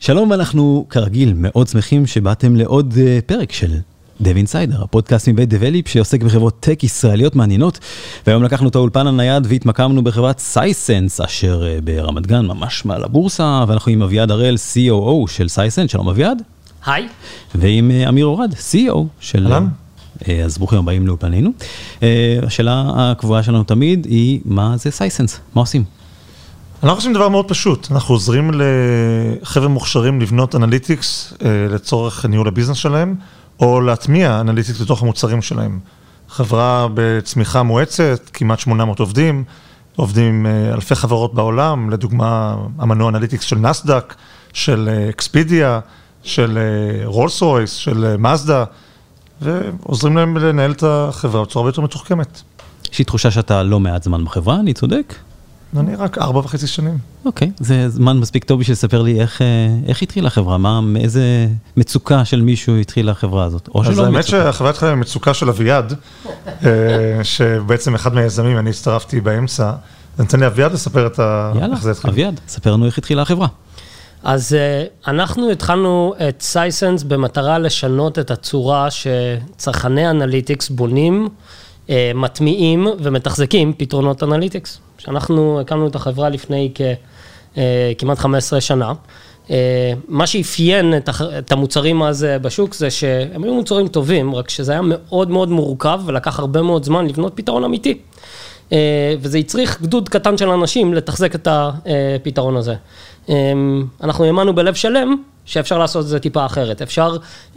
שלום, ואנחנו כרגיל מאוד שמחים שבאתם לעוד פרק של Dev Insider, הפודקאסט מבית דבליפ שעוסק בחברות טק ישראליות מעניינות, והיום לקחנו את האולפן הנייד והתמקמנו בחברת סייסנס, אשר ברמת גן ממש מעל הבורסה, ואנחנו עם אביעד הראל, COO של סייסנס. שלום אביעד. היי. ועם אמיר אורד, CEO של... שלום. אז ברוכים הבאים לאולפנינו. השאלה הקבועה שלנו תמיד היא, מה זה סייסנס? מה עושים? אנחנו עושים דבר מאוד פשוט, אנחנו עוזרים לחבר'ה מוכשרים לבנות אנליטיקס לצורך ניהול הביזנס שלהם, או להטמיע אנליטיקס לתוך המוצרים שלהם. חברה בצמיחה מואצת, כמעט 800 עובדים, עובדים עם אלפי חברות בעולם, לדוגמה המנוע אנליטיקס של נסדק, של אקספידיה, של רולס רויס, של מזדה, ועוזרים להם לנהל את החברה בצורה יותר מתוחכמת. יש לי תחושה שאתה לא מעט זמן בחברה, אני צודק? אני רק 4.5 שנים. אוקיי, זה זמן מספיק טוב בשביל לספר לי איך התחילה החברה, מאיזה מצוקה של מישהו התחילה החברה הזאת, או שלא מצוקה. אז האמת שהחברה התחילה עם מצוקה של אביעד, שבעצם אחד מהיזמים, אני הצטרפתי באמצע, נתן לי אביעד לספר איך זה התחיל. יאללה, אביעד, ספר לנו איך התחילה החברה. אז אנחנו התחלנו את סייסנס במטרה לשנות את הצורה שצרכני אנליטיקס בונים, מטמיעים ומתחזקים פתרונות אנליטיקס. שאנחנו הקמנו את החברה לפני כמעט 15 שנה. מה שאפיין את המוצרים אז בשוק זה שהם היו מוצרים טובים, רק שזה היה מאוד מאוד מורכב ולקח הרבה מאוד זמן לבנות פתרון אמיתי. וזה הצריך גדוד קטן של אנשים לתחזק את הפתרון הזה. אנחנו האמנו בלב שלם שאפשר לעשות את זה טיפה אחרת. אפשר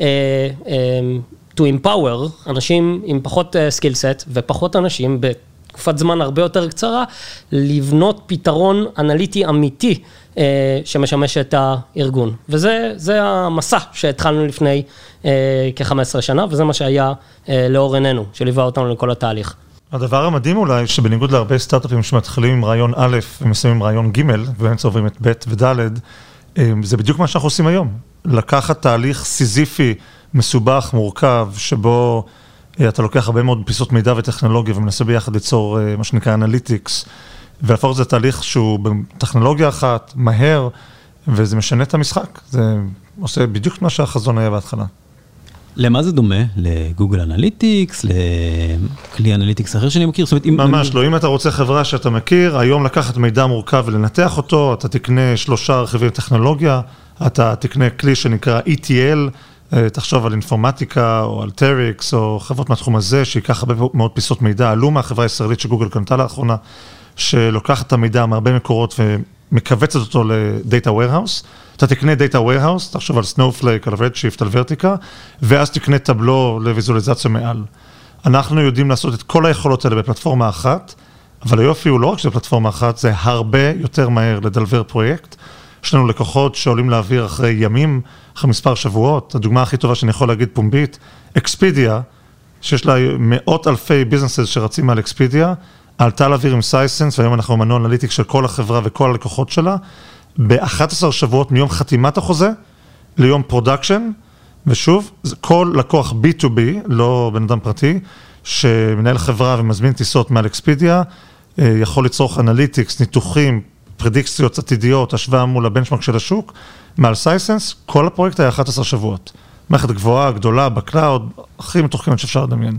to empower אנשים עם פחות סקיל סט ופחות אנשים בתקופת זמן הרבה יותר קצרה, לבנות פתרון אנליטי אמיתי שמשמש את הארגון. וזה המסע שהתחלנו לפני כ-15 שנה, וזה מה שהיה לאור עינינו, שליווה אותנו לכל התהליך. הדבר המדהים אולי, שבניגוד להרבה סטארט-אפים שמתחילים עם רעיון א' ומסיימים עם רעיון ג' ובאמצע עוברים את ב' וד', זה בדיוק מה שאנחנו עושים היום. לקחת תהליך סיזיפי, מסובך, מורכב, שבו אתה לוקח הרבה מאוד פיסות מידע וטכנולוגיה ומנסה ביחד ליצור מה שנקרא אנליטיקס, ולהפוך את זה תהליך שהוא בטכנולוגיה אחת, מהר, וזה משנה את המשחק. זה עושה בדיוק מה שהחזון היה בהתחלה. למה זה דומה? לגוגל אנליטיקס, לכלי אנליטיקס אחר שאני מכיר? ממש לא, אם אתה רוצה חברה שאתה מכיר, היום לקחת מידע מורכב ולנתח אותו, אתה תקנה 3 רכיבי טכנולוגיה, אתה תקנה כלי שנקרא ETL, תחשוב על אינפורמטיקה או על טריקס או חברות מהתחום הזה, שיקח הרבה מאוד פיסות מידע, אלומה, החברה הישראלית שגוגל קנתה לאחרונה, שלוקחת את המידע מהרבה מקורות ומקבצת אותו לדאטה warehouse, אתה תקנה דאטה warehouse, תחשוב על Snowflake, על Redshift, על Vertica, ואז תקנה טבלו לויזואליזציה מעל. אנחנו יודעים לעשות את כל היכולות האלה בפלטפורמה אחת, אבל היופי הוא לא רק שזה פלטפורמה אחת, זה הרבה יותר מהר לדלבר פרויקט. יש לנו לקוחות שעולים להעביר אחרי ימים, אחרי מספר שבועות. הדוגמה הכי טובה שאני יכול להגיד פומבית, אקספידיה, שיש לה מאות אלפי ביזנסס שרצים על אקספידיה, עלתה להעביר עם סייסנס, והיום אנחנו מנוע אנליטיקס של כל החברה וכל הלקוחות שלה, ב-11 שבועות מיום חתימת החוזה ליום פרודקשן, ושוב, כל לקוח B2B, לא בן אדם פרטי, שמנהל חברה ומזמין טיסות מעל אקספידיה, יכול לצרוך אנליטיקס, ניתוחים, פרדיקציות עתידיות, השוואה מול הבנצ'מרק של השוק, מעל סייסנס, כל הפרויקט היה 11 שבועות. מערכת גבוהה, גדולה, בקלאוד, הכי מתוחכמת שאפשר לדמיין.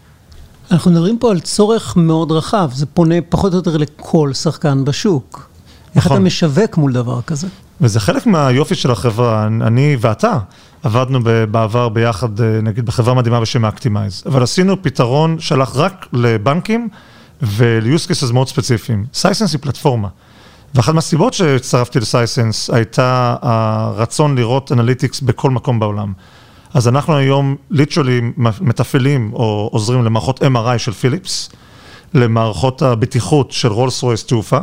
אנחנו מדברים פה על צורך מאוד רחב, זה פונה פחות או יותר לכל שחקן בשוק. איך אתה משווק מול דבר כזה? וזה חלק מהיופי של החברה. אני ואתה עבדנו בעבר ביחד, נגיד, בחברה מדהימה בשם Actimize, אבל עשינו פתרון שהלך רק לבנקים ול-use cases מאוד ספציפיים. סייסנס היא פלטפורמה. ואחת מהסיבות שהצטרפתי לסייסנס הייתה הרצון לראות אנליטיקס בכל מקום בעולם. אז אנחנו היום ליטרלי מתפעלים או עוזרים למערכות MRI של פיליפס, למערכות הבטיחות של רולס רויס תעופה,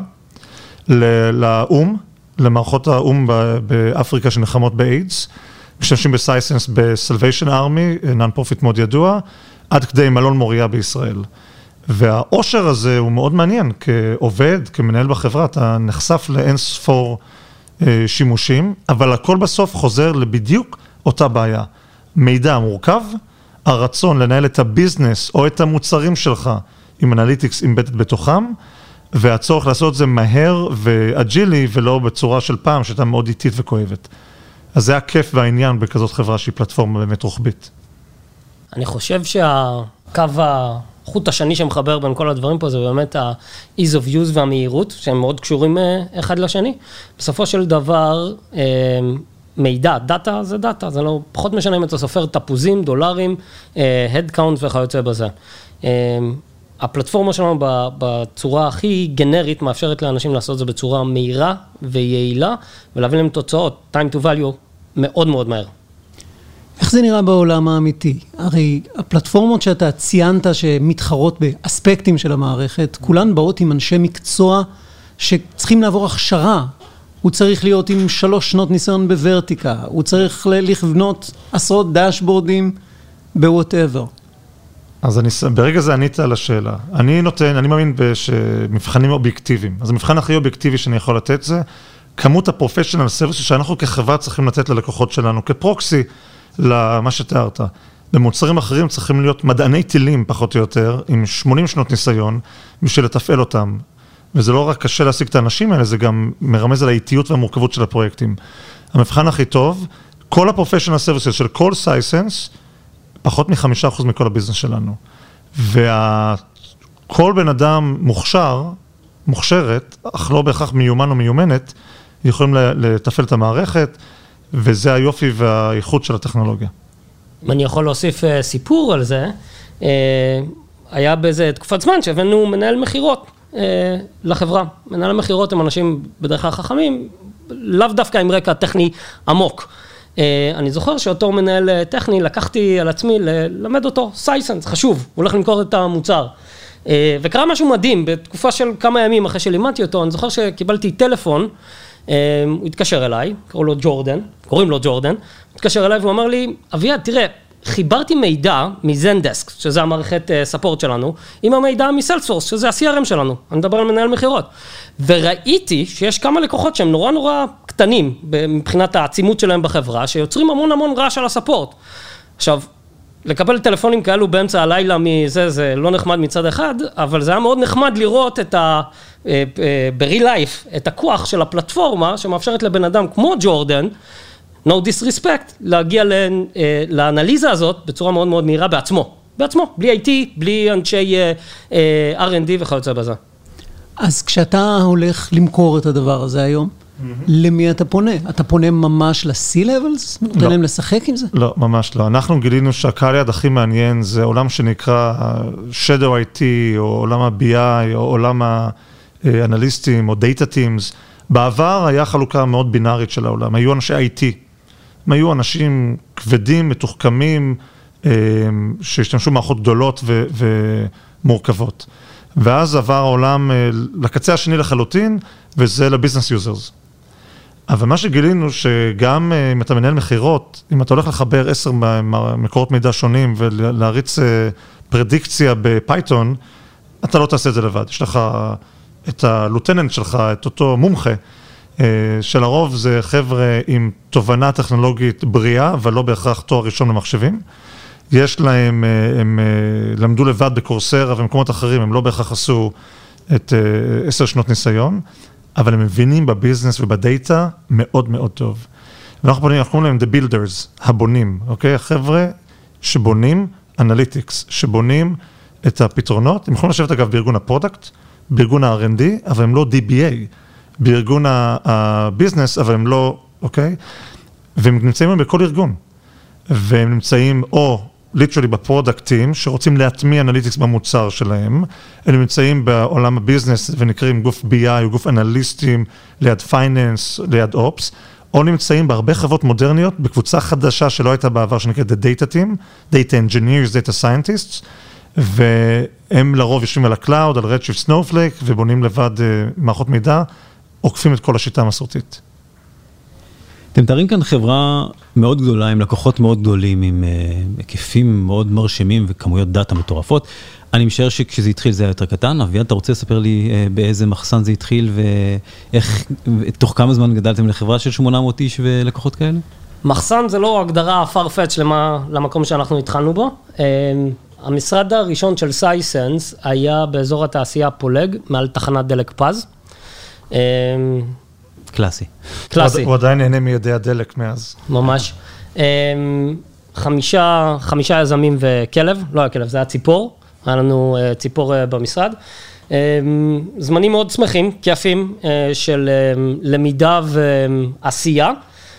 לאום, למערכות האום באפריקה שנחמות באיידס, משתמשים בסייסנס בסלוויישן ארמי, נון פרופיט מאוד ידוע, עד כדי מלון מוריה בישראל. והאושר הזה הוא מאוד מעניין, כעובד, כמנהל בחברה, אתה נחשף לאין ספור שימושים, אבל הכל בסוף חוזר לבדיוק אותה בעיה. מידע מורכב, הרצון לנהל את הביזנס או את המוצרים שלך עם אנליטיקס אימבדד בתוכם, והצורך לעשות את זה מהר ואג'ילי ולא בצורה של פעם שהייתה מאוד איטית וכואבת. אז זה הכיף והעניין בכזאת חברה שהיא פלטפורמה באמת רוחבית. אני חושב שהקו החוט השני שמחבר בין כל הדברים פה, זה באמת ה-ease of use והמהירות, שהם מאוד קשורים אחד לשני. בסופו של דבר, מידע, דאטה זה דאטה, זה לא פחות משנה אם אתה סופר תפוזים, דולרים, head count וכיוצא בזה. הפלטפורמה שלנו בצורה הכי גנרית מאפשרת לאנשים לעשות זה בצורה מהירה ויעילה, ולהביא להם תוצאות, time to value, מאוד מאוד מהר. איך זה נראה בעולם האמיתי? הרי הפלטפורמות שאתה ציינת שמתחרות באספקטים של המערכת, כולן באות עם אנשי מקצוע שצריכים לעבור הכשרה. הוא צריך להיות עם 3 שנות ניסיון בוורטיקה, הוא צריך לבנות עשרות דשבורדים ב-whatever. אז ברגע זה ענית על השאלה. אני מאמין במבחנים אובייקטיביים. אז המבחן הכי אובייקטיבי שאני יכול לתת זה, כמות הפרופשיונל סרוויס שאנחנו כחברה צריכים לתת ללקוחות שלנו, כפרוקסי למה שתיארת. במוצרים אחרים צריכים להיות מדעני טילים פחות או יותר, עם 80 שנות ניסיון, בשביל לתפעל אותם. וזה לא רק קשה להשיג את האנשים האלה, זה גם מרמז על האיטיות והמורכבות של הפרויקטים. המבחן הכי טוב, כל הפרופשיונל סרוויס של כל סייסנס, פחות מ5% מכל הביזנס שלנו. וכל בן אדם מוכשרת, אך לא בהכרח מיומן או מיומנת, יכולים לתפעל את המערכת, וזה היופי והאיכות של הטכנולוגיה. אם אני יכול להוסיף סיפור על זה, היה באיזה תקופת זמן שהבאנו מנהל מחירות לחברה. מנהל המחירות הם אנשים בדרך כלל חכמים, לאו דווקא עם רקע טכני עמוק. אני זוכר שאותו מנהל טכני, לקחתי על עצמי ללמד אותו, סייסנס, חשוב, הוא הולך למכור את המוצר. וקרה משהו מדהים, בתקופה של כמה ימים אחרי שלימדתי אותו, אני זוכר שקיבלתי טלפון, הוא התקשר אליי, קוראים לו ג'ורדן, הוא התקשר אליי והוא אמר לי, אביעד, תראה, חיברתי מידע מזנדסק, שזה המערכת ספורט שלנו, עם המידע מסיילספורס, שזה ה-CRM שלנו, אני מדבר על מנהל מחירות. וראיתי שיש כמה לקוחות שהם נורא נורא קטנים, מבחינת העצימות שלהם בחברה, שיוצרים המון המון רעש על הספורט. עכשיו, לקבל טלפונים כאלו באמצע הלילה מזה, זה לא נחמד מצד אחד, אבל זה היה מאוד נחמד לראות ב-real life, את הכוח של הפלטפורמה, שמאפשרת לבן אדם כמו ג'ורדן, no disrespect, להגיע לאנליזה הזאת בצורה מאוד מאוד מהירה בעצמו, בלי IT, בלי אנשי R&D וכיוצא בזה. אז כשאתה הולך למכור את הדבר הזה היום, למי אתה פונה? אתה פונה ממש ל-C-Levels? נותן להם לשחק עם זה? לא, ממש לא. אנחנו גילינו שהקהל יד הכי מעניין זה עולם שנקרא Shadow IT, או עולם ה-BI, או עולם האנליסטים, או Data Teams. בעבר היה חלוקה מאוד בינארית של העולם. היו אנשי IT. הם היו אנשים כבדים, מתוחכמים, שהשתמשו מערכות גדולות ומורכבות. ואז עבר העולם לקצה השני לחלוטין, וזה לביזנס יוזרס. אבל מה שגילינו שגם אם אתה מנהל מחירות, אם אתה הולך לחבר 10 מקורות מידע שונים ולהריץ פרדיקציה בפייתון, אתה לא תעשה את זה לבד. יש לך את הלוטננט שלך, את אותו מומחה, שלרוב זה חבר'ה עם תובנה טכנולוגית בריאה, אבל לא בהכרח תואר ראשון למחשבים. יש להם, הם למדו לבד בקורסרה ומקומות אחרים, הם לא בהכרח עשו את 10 שנות ניסיון, אבל הם מבינים בביזנס ובדאטה מאוד מאוד טוב. ואנחנו קוראים להם the builders, הבונים, אוקיי? החבר'ה שבונים אנליטיקס, שבונים את הפתרונות, הם יכולים לשבת אגב בארגון הפרודקט, בארגון ה-R&D, אבל הם לא DBA, בארגון הביזנס, אבל הם לא, אוקיי? והם נמצאים בכל ארגון, והם נמצאים או literally בפרודקטים, שרוצים להטמיע אנליטיקס במוצר שלהם, הם נמצאים בעולם הביזנס ונקראים גוף BI או גוף אנליסטים, ליד פייננס, ליד אופס, או נמצאים בהרבה חברות מודרניות, בקבוצה חדשה שלא הייתה בעבר, שנקראת The Data Team, Data Engineers, Data Scientists, והם לרוב יושבים על הקלאוד, על Redshift Snowflake, ובונים לבד מערכות מידע, עוקפים את כל השיטה המסורתית. אתם מתארים כאן חברה מאוד גדולה, עם לקוחות מאוד גדולים, עם היקפים מאוד מרשימים וכמויות דאטה מטורפות. אני משער שכשזה התחיל זה היה יותר קטן. אביעד, אתה רוצה לספר לי באיזה מחסן זה התחיל, ואיך, תוך כמה זמן גדלתם לחברה של 800 איש ולקוחות כאלה? מחסן זה לא הגדרה farfetch למקום שאנחנו התחלנו בו. המשרד הראשון של סייסנס היה באזור התעשייה פולג, מעל תחנת דלק פז. קלאסי. קלאסי. הוא עדיין נהנה מידי הדלק מאז. ממש. 5 יזמים וכלב, לא היה כלב, זה היה ציפור, היה לנו ציפור במשרד. זמנים מאוד שמחים, כיפים, של למידה ועשייה.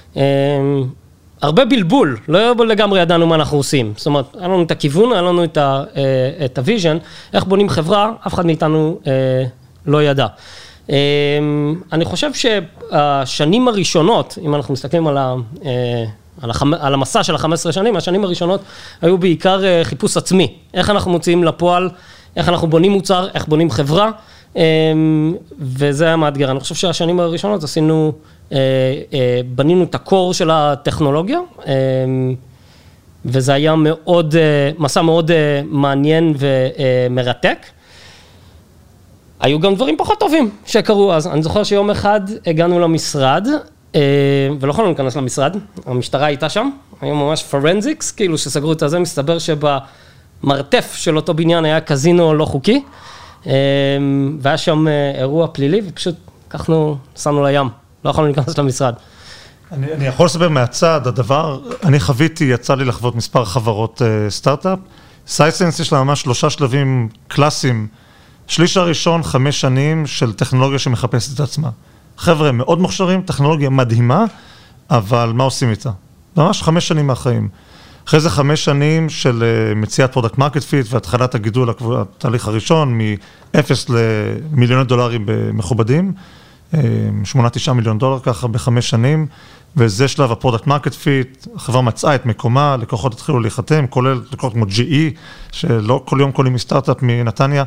הרבה בלבול, לא לגמרי ידענו מה אנחנו עושים. זאת אומרת, היה לנו את הכיוון, היה לנו את הוויז'ן, איך בונים חברה, אף אחד מאיתנו לא ידע. אני חושב שהשנים הראשונות, אם אנחנו מסתכלים על המסע של ה-15 שנים, השנים הראשונות היו בעיקר חיפוש עצמי. איך אנחנו מוציאים לפועל, איך אנחנו בונים מוצר, איך בונים חברה, וזה היה מאתגר. אני חושב שהשנים הראשונות עשינו, בנינו את הקור של הטכנולוגיה, וזה היה מאוד, מסע מאוד מעניין ומרתק. היו גם דברים פחות טובים שקרו אז. אני זוכר שיום אחד הגענו למשרד, ולא יכולנו להיכנס למשרד, המשטרה הייתה שם, היו ממש פורנזיקס, כאילו שסגרו את זה, מסתבר שבמרתף של אותו בניין היה קזינו לא חוקי, והיה שם אירוע פלילי, ופשוט לקחנו, נסענו לים, לא יכולנו להיכנס למשרד. אני יכול לספר מהצד, אני חוויתי, יצא לי לחוות מספר חברות סטארט-אפ, סייסנס יש לה ממש 3 שלבים קלאסיים, שליש הראשון 5 שנים של טכנולוגיה שמחפשת את עצמה. חבר'ה מאוד מוכשרים, טכנולוגיה מדהימה, אבל מה עושים איתה? ממש 5 שנים מהחיים. אחרי זה 5 שנים של מציאת פרודקט מרקט פיט והתחלת הגידול, התהליך הראשון, מ-0 למיליוני דולרים מכובדים, 8-9 מיליון דולר ככה ב5 שנים, וזה שלב הפרודקט מרקט פיט, החברה מצאה את מקומה, לקוחות התחילו להיחתם, כולל לקוחות כמו GE, שלא כל יום קולים מסטארט-אפ מנתניה,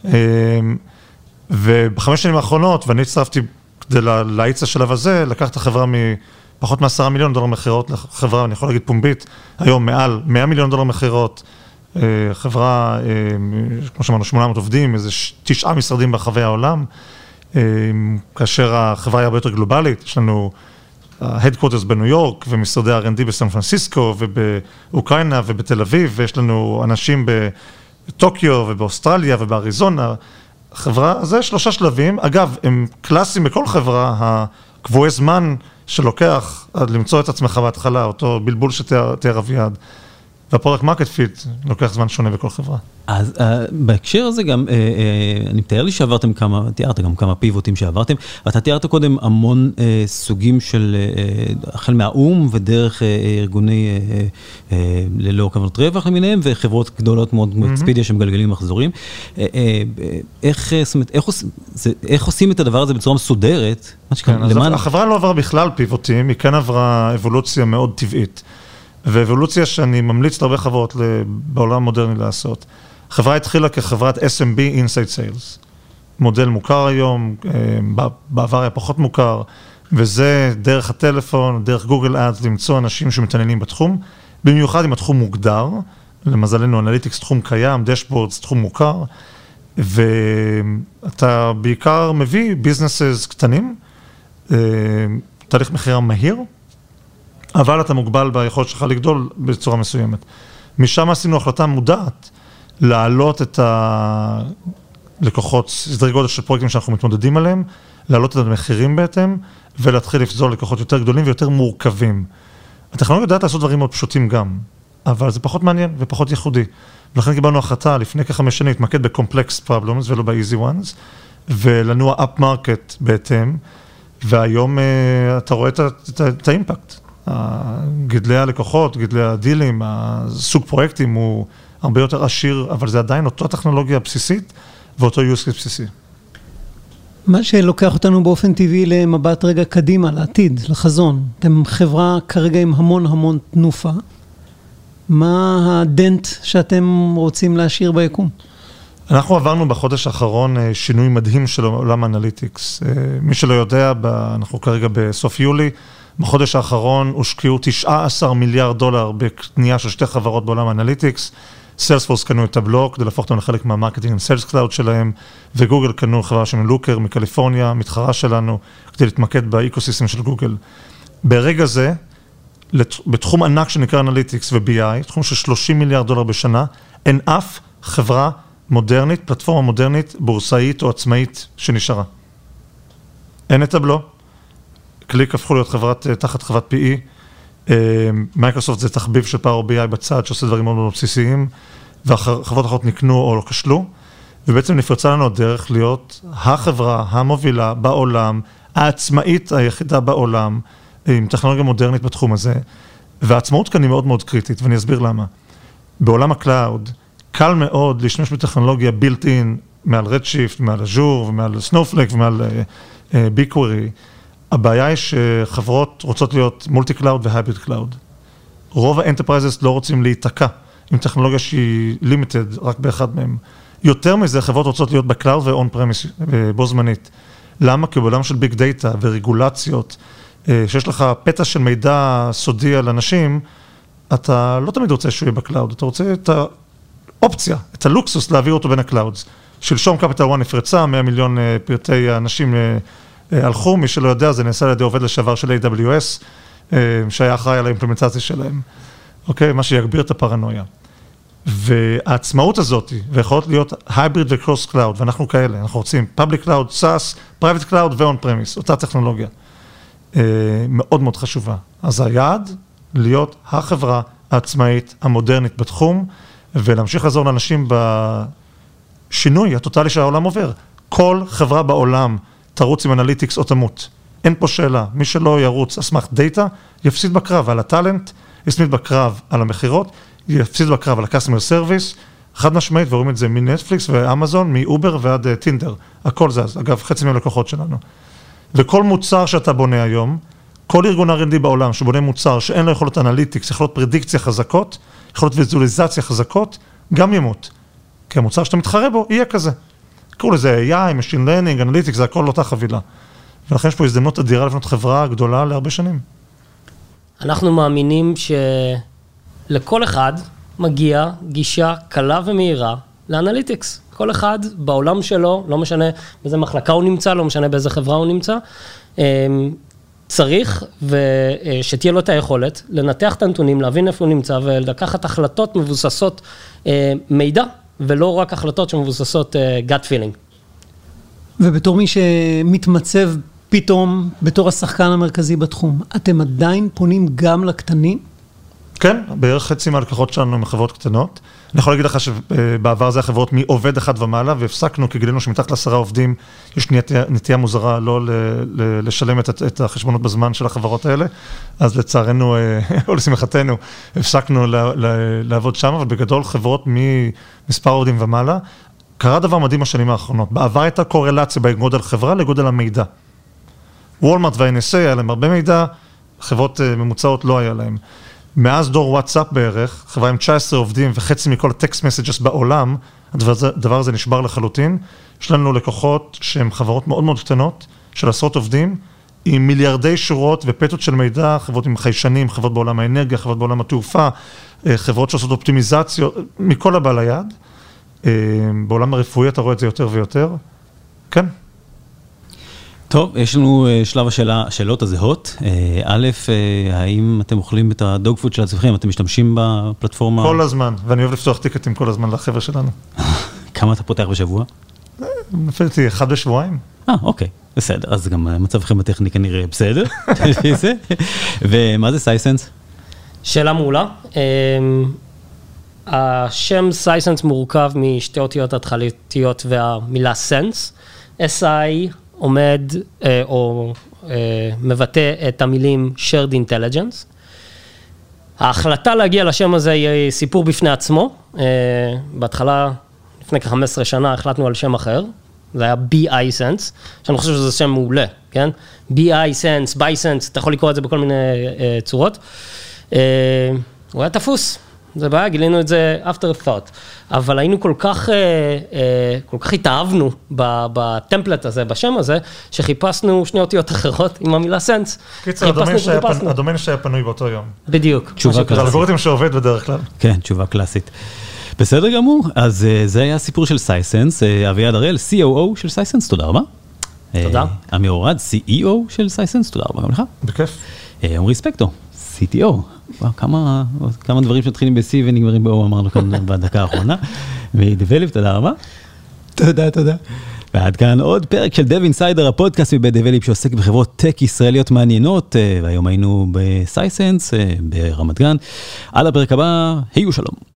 וב5 שנים האחרונות, ואני הצטרפתי כדי להאיץ השלב הזה, לקח את החברה מפחות מ10 מיליון דולר מחירות לחברה, אני יכול להגיד פומבית, היום מעל 100 מיליון דולר מחירות, חברה, כמו שאמרנו, 800 עובדים, איזה 9 משרדים ברחבי העולם, כאשר החברה היא הרבה יותר גלובלית, יש לנו headquarters בניו יורק, ומשרדי R&D בסן פרנסיסקו, ובאוקראינה ובתל אביב, ויש לנו אנשים בטוקיו ובאוסטרליה ובאריזונה, חברה, זה 3 שלבים, אגב, הם קלאסיים בכל חברה, הקבועי זמן שלוקח עד למצוא את עצמך בהתחלה, אותו בלבול שתיאר אביעד, והפרודקט מרקט פיט לוקח זמן שונה בכל חברה. אז בהקשר הזה גם, אני מתאר לי שעברתם תיארת גם כמה פיבוטים שעברתם, ואתה תיארת קודם המון סוגים של, החל מהאום ודרך ארגוני ללא כוונות רווח למיניהם, וחברות גדולות מאוד כמו אקספידיה שמגלגלים מחזורים. איך עושים את הדבר הזה בצורה מסודרת? החברה לא עברה בכלל פיבוטים, היא כן עברה אבולוציה מאוד טבעית. ואבולוציה שאני ממליץ להרבה חברות בעולם המודרני לעשות. החברה התחילה כחברת SMB Inside Sales. מודל מוכר היום, בעבר היה פחות מוכר, וזה דרך הטלפון, דרך גוגל אדס, למצוא אנשים שמתעניינים בתחום, במיוחד אם התחום מוגדר, למזלנו אנליטיקס תחום קיים, דשבורדס תחום מוכר, ואתה בעיקר מביא ביזנסס קטנים, תהליך מחירה מהיר, אבל אתה מוגבל ביכולת שלך לגדול בצורה מסוימת. משם עשינו החלטה מודעת להעלות את הלקוחות, סדרי גודל של פרויקטים שאנחנו מתמודדים עליהם, להעלות את המחירים בהתאם, ולהתחיל לפזור לקוחות יותר גדולים ויותר מורכבים. הטכנולוגיה יודעת לעשות דברים מאוד פשוטים גם, אבל זה פחות מעניין ופחות ייחודי. ולכן קיבלנו החלטה לפני כ5 שנים להתמקד ב-complex problems ולא ב-easy ones, ולנוע up market בהתאם, והיום אתה רואה את האימפקט. גדלי הלקוחות, גדלי הדילים, הסוג פרויקטים הוא הרבה יותר עשיר, אבל זה עדיין אותו טכנולוגיה הבסיסית ואותו use case בסיסי. מה שלוקח אותנו באופן טבעי למבט רגע קדימה, לעתיד, לחזון. אתם חברה כרגע עם המון תנופה. מה הדנט שאתם רוצים להשאיר ביקום? אנחנו עברנו בחודש האחרון שינוי מדהים של עולם האנליטיקס. מי שלא יודע, אנחנו כרגע בסוף יולי, בחודש האחרון הושקעו $19 מיליארד בקנייה של 2 חברות בעולם האנליטיקס. סיילספורס קנו את טבלו כדי להפוך אותם לחלק מהמרקטינג עם סיילס קלאוד שלהם, וגוגל קנו חברה של לוקר מקליפורניה, מתחרה שלנו, כדי להתמקד באקוסיסטם של גוגל. ברגע זה, בתחום ענק שנקרא אנליטיקס ו-BI, תחום של $30 מיליארד בשנה, אין אף חברה מודרנית, פלטפורמה מודרנית, בורסאית או עצמאית שנשארה. אין את טבלו, קליק הפכו להיות תחת חברת PE, מייקרוסופט זה תחביב של Power BI בצד, שעושה דברים מאוד מאוד בסיסיים, והחברות אחרות נקנו או לא כשלו, ובעצם נפרצה לנו הדרך להיות החברה המובילה בעולם, העצמאית היחידה בעולם, עם טכנולוגיה מודרנית בתחום הזה, והעצמאות כאן היא מאוד מאוד קריטית, ואני אסביר למה. בעולם הקלאוד, קל מאוד להשתמש בטכנולוגיה built in, מעל Redshift, מעל Azure, ומעל Snowflake, ומעל BigQuery. הבעיה היא שחברות רוצות להיות מולטי-קלאוד והייבריד קלאוד. רוב האנטרפרייזס לא רוצים להיתקע עם טכנולוגיה שהיא לימיטד, רק באחד מהם. יותר מזה, חברות רוצות להיות בקלאוד ואון פרמיס בו זמנית. למה? כי בעולם של ביג דאטה ורגולציות, שיש לך פתע של מידע סודי על אנשים, אתה לא תמיד רוצה שהוא יהיה בקלאוד, אתה רוצה את האופציה, את הלוקסוס להעביר אותו בין הקלאודס. שלשום קפיטל 1 נפרצה, 100 מיליון פרטי אנשים הלכו, מי שלא יודע, זה נעשה על ידי עובד לשעבר של AWS, שהיה אחראי על האימפלמנטציה שלהם. אוקיי? מה שיגביר את הפרנויה. והעצמאות הזאת, ויכולות להיות הייבריד וקרוס קלאוד, ואנחנו כאלה, אנחנו רוצים פאבליק קלאוד, SaaS, פרייבט קלאוד ואון פרמיס, אותה טכנולוגיה. מאוד מאוד חשובה. אז היעד, להיות החברה העצמאית המודרנית בתחום, ולהמשיך לעזור לאנשים בשינוי הטוטלי שהעולם עובר. כל חברה בעולם תרוץ עם אנליטיקס או תמות. אין פה שאלה. מי שלא ירוץ אסמך דאטה, יפסיד בקרב על הטלנט, יפסיד בקרב על המחירות, יפסיד בקרב על ה-customer service, חד משמעית, ורואים את זה מנטפליקס ואמזון, מאובר ועד טינדר. הכל זה, אגב, חצי מהלקוחות שלנו. וכל מוצר שאתה בונה היום, כל ארגון R&D בעולם שבונה מוצר שאין לו יכולות אנליטיקס, יכולות פרדיקציה חזקות, יכולות ויזואליזציה חזקות, גם ימות. כי המוצר שאתה מתחרה בו יהיה כזה. קראו לזה AI, Machine Learning, Analytics, זה הכל אותה חבילה. ולכן יש פה הזדמנות אדירה לבנות חברה גדולה להרבה שנים. אנחנו מאמינים שלכל אחד מגיע גישה קלה ומהירה לאנליטיקס. כל אחד בעולם שלו, לא משנה באיזה מחלקה הוא נמצא, לא משנה באיזה חברה הוא נמצא, צריך שתהיה לו את היכולת לנתח את הנתונים, להבין איפה הוא נמצא ולקחת החלטות מבוססות מידע, ולא רק החלטות שמבוססות gut feeling. ובתור מי שמתמצב פתאום בתור השחקן המרכזי בתחום, אתם עדיין פונים גם לקטנים? כן, בערך חצי מהלקוחות שלנו הם חברות קטנות. אני יכול להגיד לך שבעבר זה החברות מעובד אחד ומעלה, והפסקנו כי גילינו שמתחת ל10 עובדים יש נטייה מוזרה לא לשלם את החשבונות בזמן של החברות האלה, אז לצערנו, או לשמחתנו, הפסקנו לעבוד שם, אבל בגדול חברות ממספר עובדים ומעלה, קרה דבר מדהים בשנים האחרונות. בעבר הייתה קורלציה בין גודל חברה לגודל המידע. וולמארט וה-NSA היה להם הרבה מידע, חברות ממוצעות לא היה להם. מאז דור וואטסאפ בערך, חברה עם 19 עובדים וחצי מכל הטקסט מסג'ס בעולם, הדבר הזה נשבר לחלוטין. יש לנו לקוחות שהן חברות מאוד מאוד קטנות, של עשרות עובדים, עם מיליארדי שורות ופטות של מידע, חברות עם חיישנים, חברות בעולם האנרגיה, חברות בעולם התעופה, חברות שעושות אופטימיזציות, מכל הבא ליד. בעולם הרפואי אתה רואה את זה יותר ויותר. כן. טוב, יש לנו שלב השאלות הזהות. א', האם אתם אוכלים את הדוג פוד של עצמכם? אתם משתמשים בפלטפורמה? כל הזמן, ואני אוהב לפתוח טיקטים כל הזמן לחבר'ה שלנו. כמה אתה פותח בשבוע? נפלתי 1 בשבועיים. אוקיי, בסדר. אז גם מצבכם הטכני כנראה בסדר. ומה זה סייסנס? שאלה מעולה. השם סייסנס מורכב משתי אותיות התחלתיות והמילה סנס. SI עומד או מבטא את המילים shared intelligence. ההחלטה להגיע לשם הזה היא סיפור בפני עצמו. בהתחלה, לפני כ-15 שנה, החלטנו על שם אחר. זה היה BI Sense, שאני חושב שזה שם מעולה, כן? BI Sense, BI Sense, אתה יכול לקרוא את זה בכל מיני צורות. הוא היה תפוס. זה בעיה, גילינו את זה after thought, אבל היינו כל כך התאהבנו בטמפלט הזה, בשם הזה, שחיפשנו שני אותיות אחרות עם המילה סנס. קיצר, הדומיין שהיה פנוי באותו יום. בדיוק. תשובה קלאסית. זה אלגוריתם שעובד בדרך כלל. כן, תשובה קלאסית. בסדר גמור, אז זה היה הסיפור של סייסנס, אביעד הראל, COO של סייסנס, תודה רבה. תודה. אמיר אורד, CEO של סייסנס, תודה רבה גם לך. בכיף. עמרי ספקטור, CTO. וואו, כמה דברים שמתחילים ב-C ונגמרים ב-O, אמרנו כאן בדקה האחרונה. ודבליב, תודה רבה. תודה. ועד כאן עוד פרק של Dev Insider, הפודקאסט מבית דבליפ שעוסק בחברות טק ישראליות מעניינות, והיום היינו בסייסנס ברמת גן. על הפרק הבא, היו שלום.